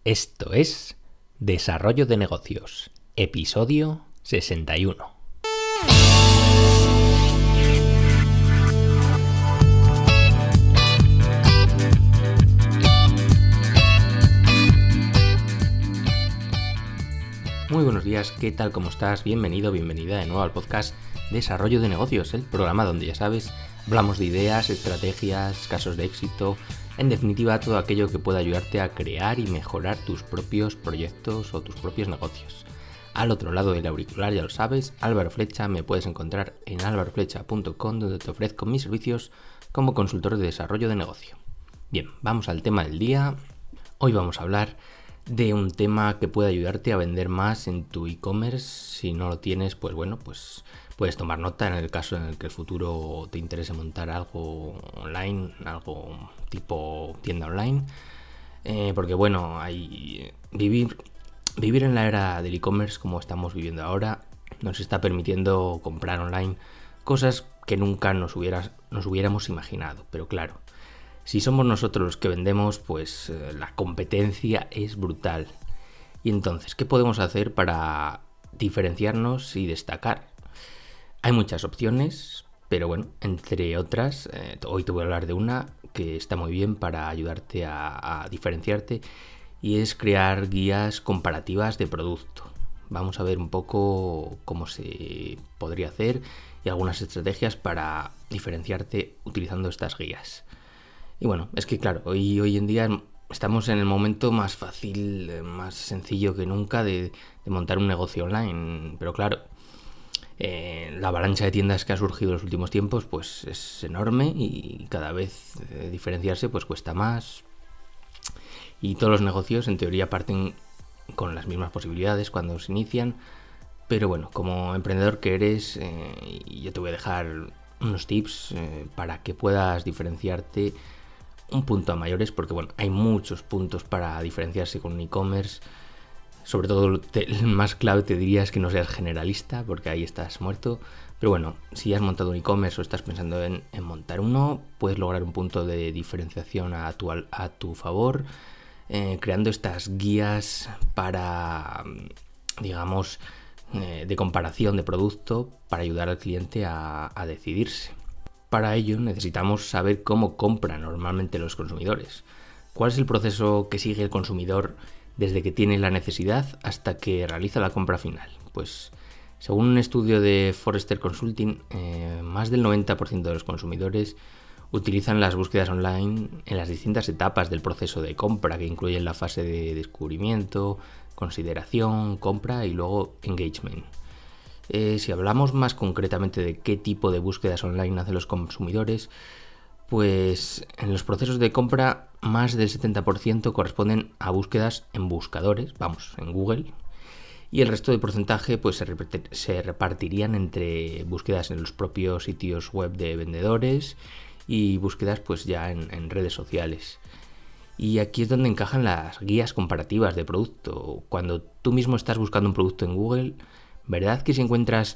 Esto es Desarrollo de Negocios, episodio 61. Muy buenos días, ¿qué tal? ¿Cómo estás? Bienvenido, bienvenida de nuevo al podcast Desarrollo de Negocios, el programa donde, ya sabes, hablamos de ideas, estrategias, casos de éxito, en definitiva todo aquello que pueda ayudarte a crear y mejorar tus propios proyectos o tus propios negocios. Al otro lado del auricular, ya lo sabes, Álvaro Flecha, me puedes encontrar en alvaroflecha.com, donde te ofrezco mis servicios como consultor de desarrollo de negocio. Bien, vamos al tema del día. Hoy vamos a hablar de un tema que puede ayudarte a vender más en tu e-commerce. Si no lo tienes, pues bueno, pues puedes tomar nota en el caso en el que el futuro te interese montar algo online, algo tipo tienda online, porque bueno, vivir en la era del e-commerce como estamos viviendo ahora nos está permitiendo comprar online cosas que nunca nos hubiéramos imaginado, pero claro, si somos nosotros los que vendemos, pues la competencia es brutal. Y entonces, ¿qué podemos hacer para diferenciarnos y destacar? Hay muchas opciones, pero bueno, entre otras, hoy te voy a hablar de una que está muy bien para ayudarte a diferenciarte, y es crear guías comparativas de producto. Vamos a ver un poco cómo se podría hacer y algunas estrategias para diferenciarte utilizando estas guías. Y bueno, es que claro, hoy en día estamos en el momento más fácil, más sencillo que nunca de montar un negocio online. Pero claro, la avalancha de tiendas que ha surgido en los últimos tiempos pues es enorme y cada vez diferenciarse pues cuesta más. Y todos los negocios en teoría parten con las mismas posibilidades cuando se inician. Pero bueno, como emprendedor que eres, yo te voy a dejar unos tips para que puedas diferenciarte un punto a mayores, porque bueno, hay muchos puntos para diferenciarse con un e-commerce. Sobre todo el más clave te diría es que no seas generalista, porque ahí estás muerto. Pero bueno, si has montado un e-commerce o estás pensando en montar uno, puedes lograr un punto de diferenciación a tu favor, creando estas guías para, digamos, de comparación de producto para ayudar al cliente a decidirse. Para ello necesitamos saber cómo compran normalmente los consumidores. ¿Cuál es el proceso que sigue el consumidor desde que tiene la necesidad hasta que realiza la compra final? Pues según un estudio de Forrester Consulting, más del 90% de los consumidores utilizan las búsquedas online en las distintas etapas del proceso de compra, que incluyen la fase de descubrimiento, consideración, compra y luego engagement. Si hablamos más concretamente de qué tipo de búsquedas online hacen los consumidores, pues en los procesos de compra más del 70% corresponden a búsquedas en buscadores, en Google, y el resto del porcentaje pues se repartirían entre búsquedas en los propios sitios web de vendedores y búsquedas pues ya en redes sociales. Y aquí es donde encajan las guías comparativas de producto. Cuando tú mismo estás buscando un producto en Google, ¿verdad que si encuentras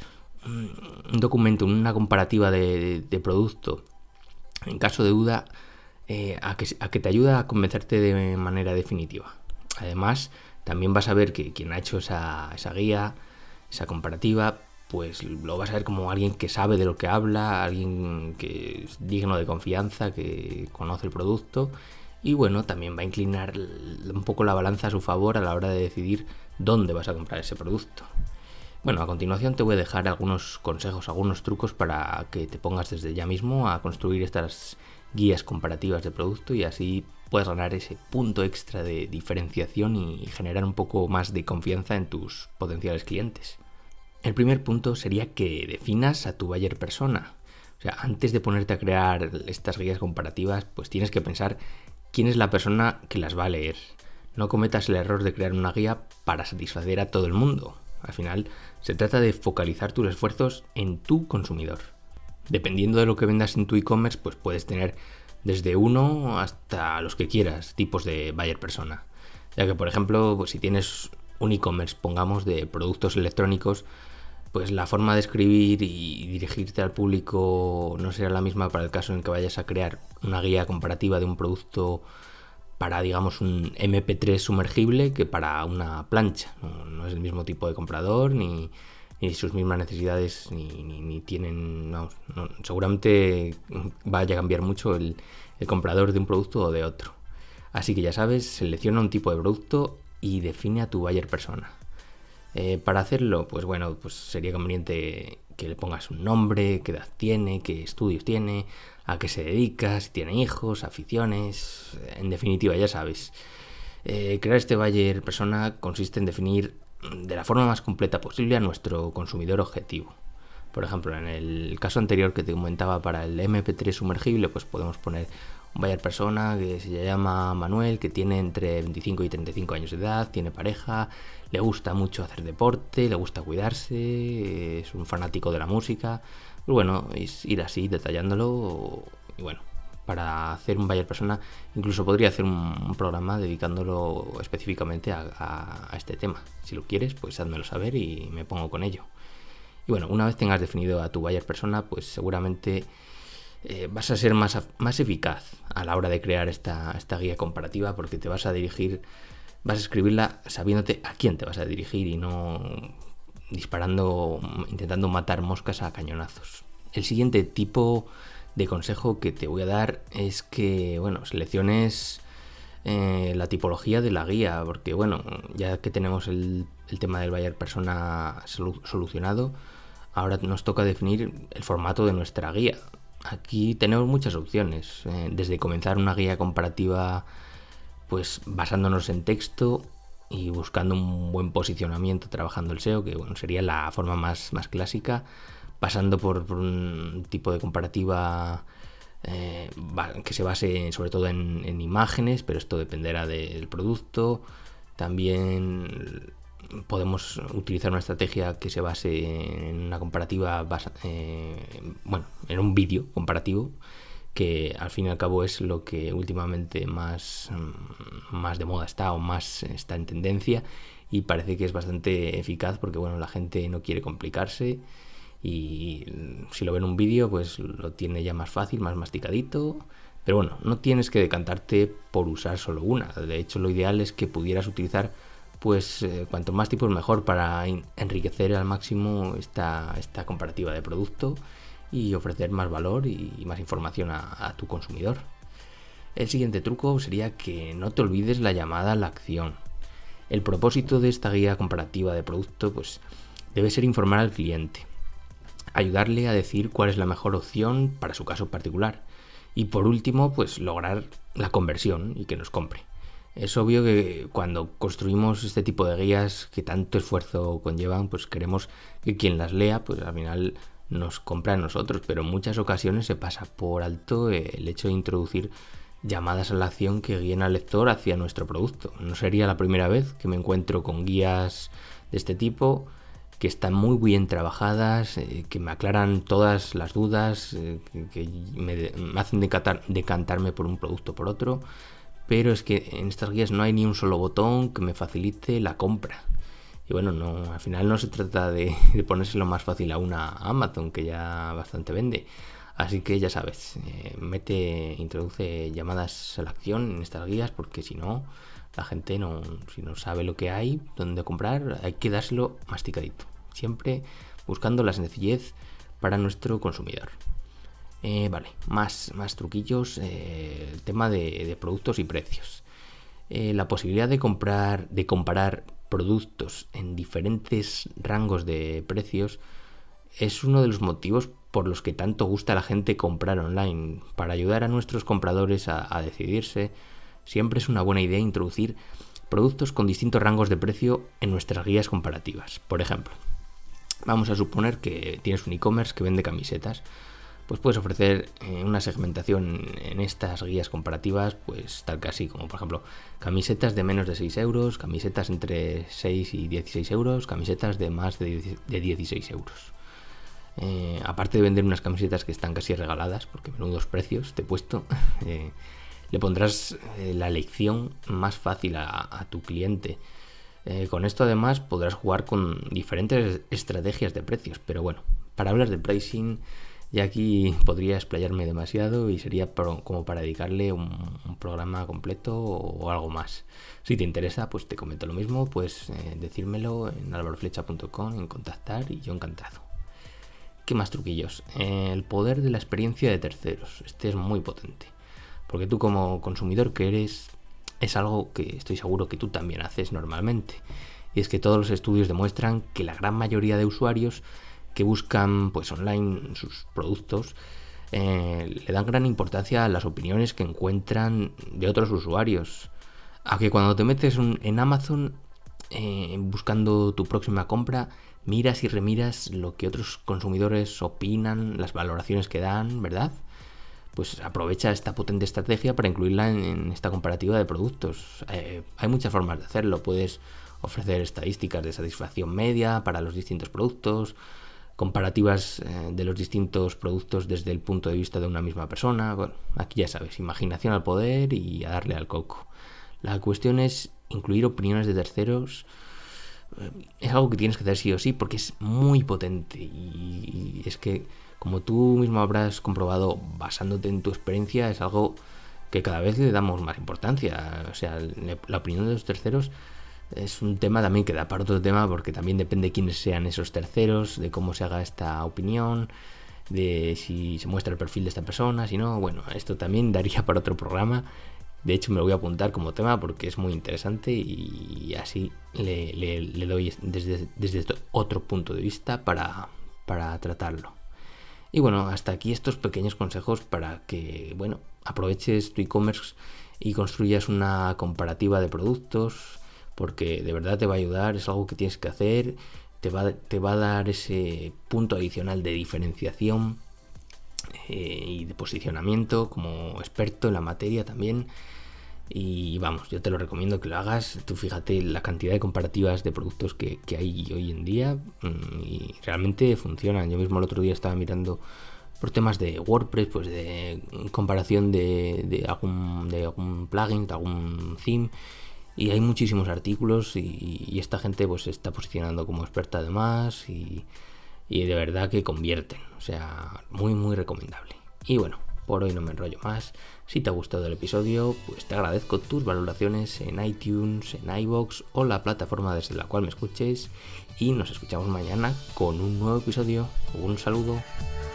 un documento, una comparativa de producto, en caso de duda, a que te ayuda a convencerte de manera definitiva? Además, también vas a ver que quien ha hecho esa guía, esa comparativa, pues lo vas a ver como alguien que sabe de lo que habla, alguien que es digno de confianza, que conoce el producto. Y bueno, también va a inclinar un poco la balanza a su favor a la hora de decidir dónde vas a comprar ese producto. Bueno, a continuación te voy a dejar algunos consejos, algunos trucos para que te pongas desde ya mismo a construir estas guías comparativas de producto y así puedas ganar ese punto extra de diferenciación y generar un poco más de confianza en tus potenciales clientes. El primer punto sería que definas a tu buyer persona. O sea, antes de ponerte a crear estas guías comparativas, pues tienes que pensar quién es la persona que las va a leer. No cometas el error de crear una guía para satisfacer a todo el mundo. Al final, se trata de focalizar tus esfuerzos en tu consumidor. Dependiendo de lo que vendas en tu e-commerce, pues puedes tener desde uno hasta los que quieras tipos de buyer persona. Ya que, por ejemplo, pues si tienes un e-commerce, pongamos, de productos electrónicos, pues la forma de escribir y dirigirte al público no será la misma para el caso en que vayas a crear una guía comparativa de un producto para, digamos, un MP3 sumergible que para una plancha. No es el mismo tipo de comprador, ni sus mismas necesidades, ni tienen... seguramente vaya a cambiar mucho el comprador de un producto o de otro. Así que ya sabes, selecciona un tipo de producto y define a tu buyer persona. Para hacerlo, pues sería conveniente que le pongas un nombre, qué edad tiene, qué estudios tiene, a qué se dedica, si tiene hijos, aficiones, en definitiva, ya sabes. Crear este buyer persona consiste en definir de la forma más completa posible a nuestro consumidor objetivo. Por ejemplo, en el caso anterior que te comentaba para el MP3 sumergible, pues podemos poner un buyer persona que se llama Manuel, que tiene entre 25 y 35 años de edad, tiene pareja, le gusta mucho hacer deporte, le gusta cuidarse, es un fanático de la música. Pues bueno, es ir así detallándolo. Y bueno, para hacer un buyer persona incluso podría hacer un programa dedicándolo específicamente a este tema. Si lo quieres, pues házmelo saber y me pongo con ello. Y bueno, una vez tengas definido a tu buyer persona, pues seguramente vas a ser más eficaz a la hora de crear esta guía comparativa, porque te vas a escribirla sabiéndote a quién te vas a dirigir y no intentando matar moscas a cañonazos. El siguiente tipo de consejo que te voy a dar es que, selecciones la tipología de la guía, porque ya que tenemos el tema del buyer persona solucionado, ahora nos toca definir el formato de nuestra guía. Aquí tenemos muchas opciones, desde comenzar una guía comparativa pues basándonos en texto y buscando un buen posicionamiento, trabajando el SEO, que sería la forma más clásica, pasando por un tipo de comparativa que se base sobre todo en imágenes, pero esto dependerá del producto. También podemos utilizar una estrategia que se base en una comparativa, en un vídeo comparativo, que al fin y al cabo es lo que últimamente más de moda está, o más está en tendencia, y parece que es bastante eficaz porque la gente no quiere complicarse, y si lo ve en un vídeo pues lo tiene ya más fácil, más masticadito. Pero no tienes que decantarte por usar solo una. De hecho, lo ideal es que pudieras utilizar cuanto más tipos mejor, para enriquecer al máximo esta comparativa de producto y ofrecer más valor y más información a tu consumidor. El siguiente truco sería que no te olvides la llamada a la acción. El propósito de esta guía comparativa de producto debe ser informar al cliente, ayudarle a decir cuál es la mejor opción para su caso particular, y por último lograr la conversión y que nos compre. Es obvio que cuando construimos este tipo de guías que tanto esfuerzo conllevan, queremos que quien las lea al final nos compra a nosotros, pero en muchas ocasiones se pasa por alto el hecho de introducir llamadas a la acción que guíen al lector hacia nuestro producto. No sería la primera vez que me encuentro con guías de este tipo, que están muy bien trabajadas, que me aclaran todas las dudas, que me hacen decantarme por un producto o por otro, pero es que en estas guías no hay ni un solo botón que me facilite la compra. Y al final no se trata de ponérselo más fácil a una Amazon, que ya bastante vende. Así que ya sabes, introduce llamadas a la acción en estas guías, porque si no, la gente si no sabe lo que hay, dónde comprar, hay que dárselo masticadito. Siempre buscando la sencillez para nuestro consumidor. Más truquillos. El tema de productos y precios. La posibilidad de comparar productos en diferentes rangos de precios es uno de los motivos por los que tanto gusta a la gente comprar online. Para ayudar a nuestros compradores a decidirse, siempre es una buena idea introducir productos con distintos rangos de precio en nuestras guías comparativas. Por ejemplo, vamos a suponer que tienes un e-commerce que vende camisetas. Pues puedes ofrecer una segmentación en estas guías comparativas, tal que así, como por ejemplo camisetas de menos de 6 euros, camisetas entre 6 y 16 euros, camisetas de más de 16 euros. Aparte de vender unas camisetas que están casi regaladas, porque menudos precios te he puesto, le pondrás la elección más fácil a tu cliente. Con esto además podrás jugar con diferentes estrategias de precios, pero para hablar de pricing Y aquí podría explayarme demasiado y sería como para dedicarle un programa completo o algo más. Si te interesa, pues te comento lo mismo, pues decírmelo en alvaroflecha.com, en contactar, y yo encantado. ¿Qué más truquillos? El poder de la experiencia de terceros. Este es muy potente, porque tú como consumidor que eres, es algo que estoy seguro que tú también haces normalmente. Y es que todos los estudios demuestran que la gran mayoría de usuarios que buscan pues online sus productos le dan gran importancia a las opiniones que encuentran de otros usuarios. Aunque cuando te metes en Amazon buscando tu próxima compra, miras y remiras lo que otros consumidores opinan, las valoraciones que dan, ¿verdad? Pues aprovecha esta potente estrategia para incluirla en esta comparativa de productos. Hay muchas formas de hacerlo. Puedes ofrecer estadísticas de satisfacción media para los distintos productos, comparativas de los distintos productos desde el punto de vista de una misma persona. Bueno, aquí ya sabes, imaginación al poder y a darle al coco. La cuestión es incluir opiniones de terceros. Es algo que tienes que hacer sí o sí porque es muy potente, y es que, como tú mismo habrás comprobado basándote en tu experiencia, es algo que cada vez le damos más importancia. O sea, la opinión de los terceros es un tema también que da para otro tema, porque también depende de quiénes sean esos terceros, de cómo se haga esta opinión, de si se muestra el perfil de esta persona, si no, bueno, esto también daría para otro programa. De hecho, me lo voy a apuntar como tema porque es muy interesante y así le doy desde otro punto de vista para tratarlo. Y bueno, hasta aquí estos pequeños consejos para que, bueno, aproveches tu e-commerce y construyas una comparativa de productos, porque de verdad te va a ayudar, es algo que tienes que hacer, te va a dar ese punto adicional de diferenciación y de posicionamiento como experto en la materia también. Y vamos, yo te lo recomiendo que lo hagas. Tú fíjate la cantidad de comparativas de productos que hay hoy en día y realmente funcionan. Yo mismo el otro día estaba mirando por temas de WordPress, pues de comparación de algún plugin, de algún theme, y hay muchísimos artículos y esta gente pues se está posicionando como experta además, y de verdad que convierten. O sea, muy muy recomendable. Y bueno, por hoy no me enrollo más. Si te ha gustado el episodio, pues te agradezco tus valoraciones en iTunes, en iVoox o la plataforma desde la cual me escuches, y nos escuchamos mañana con un nuevo episodio. Un saludo.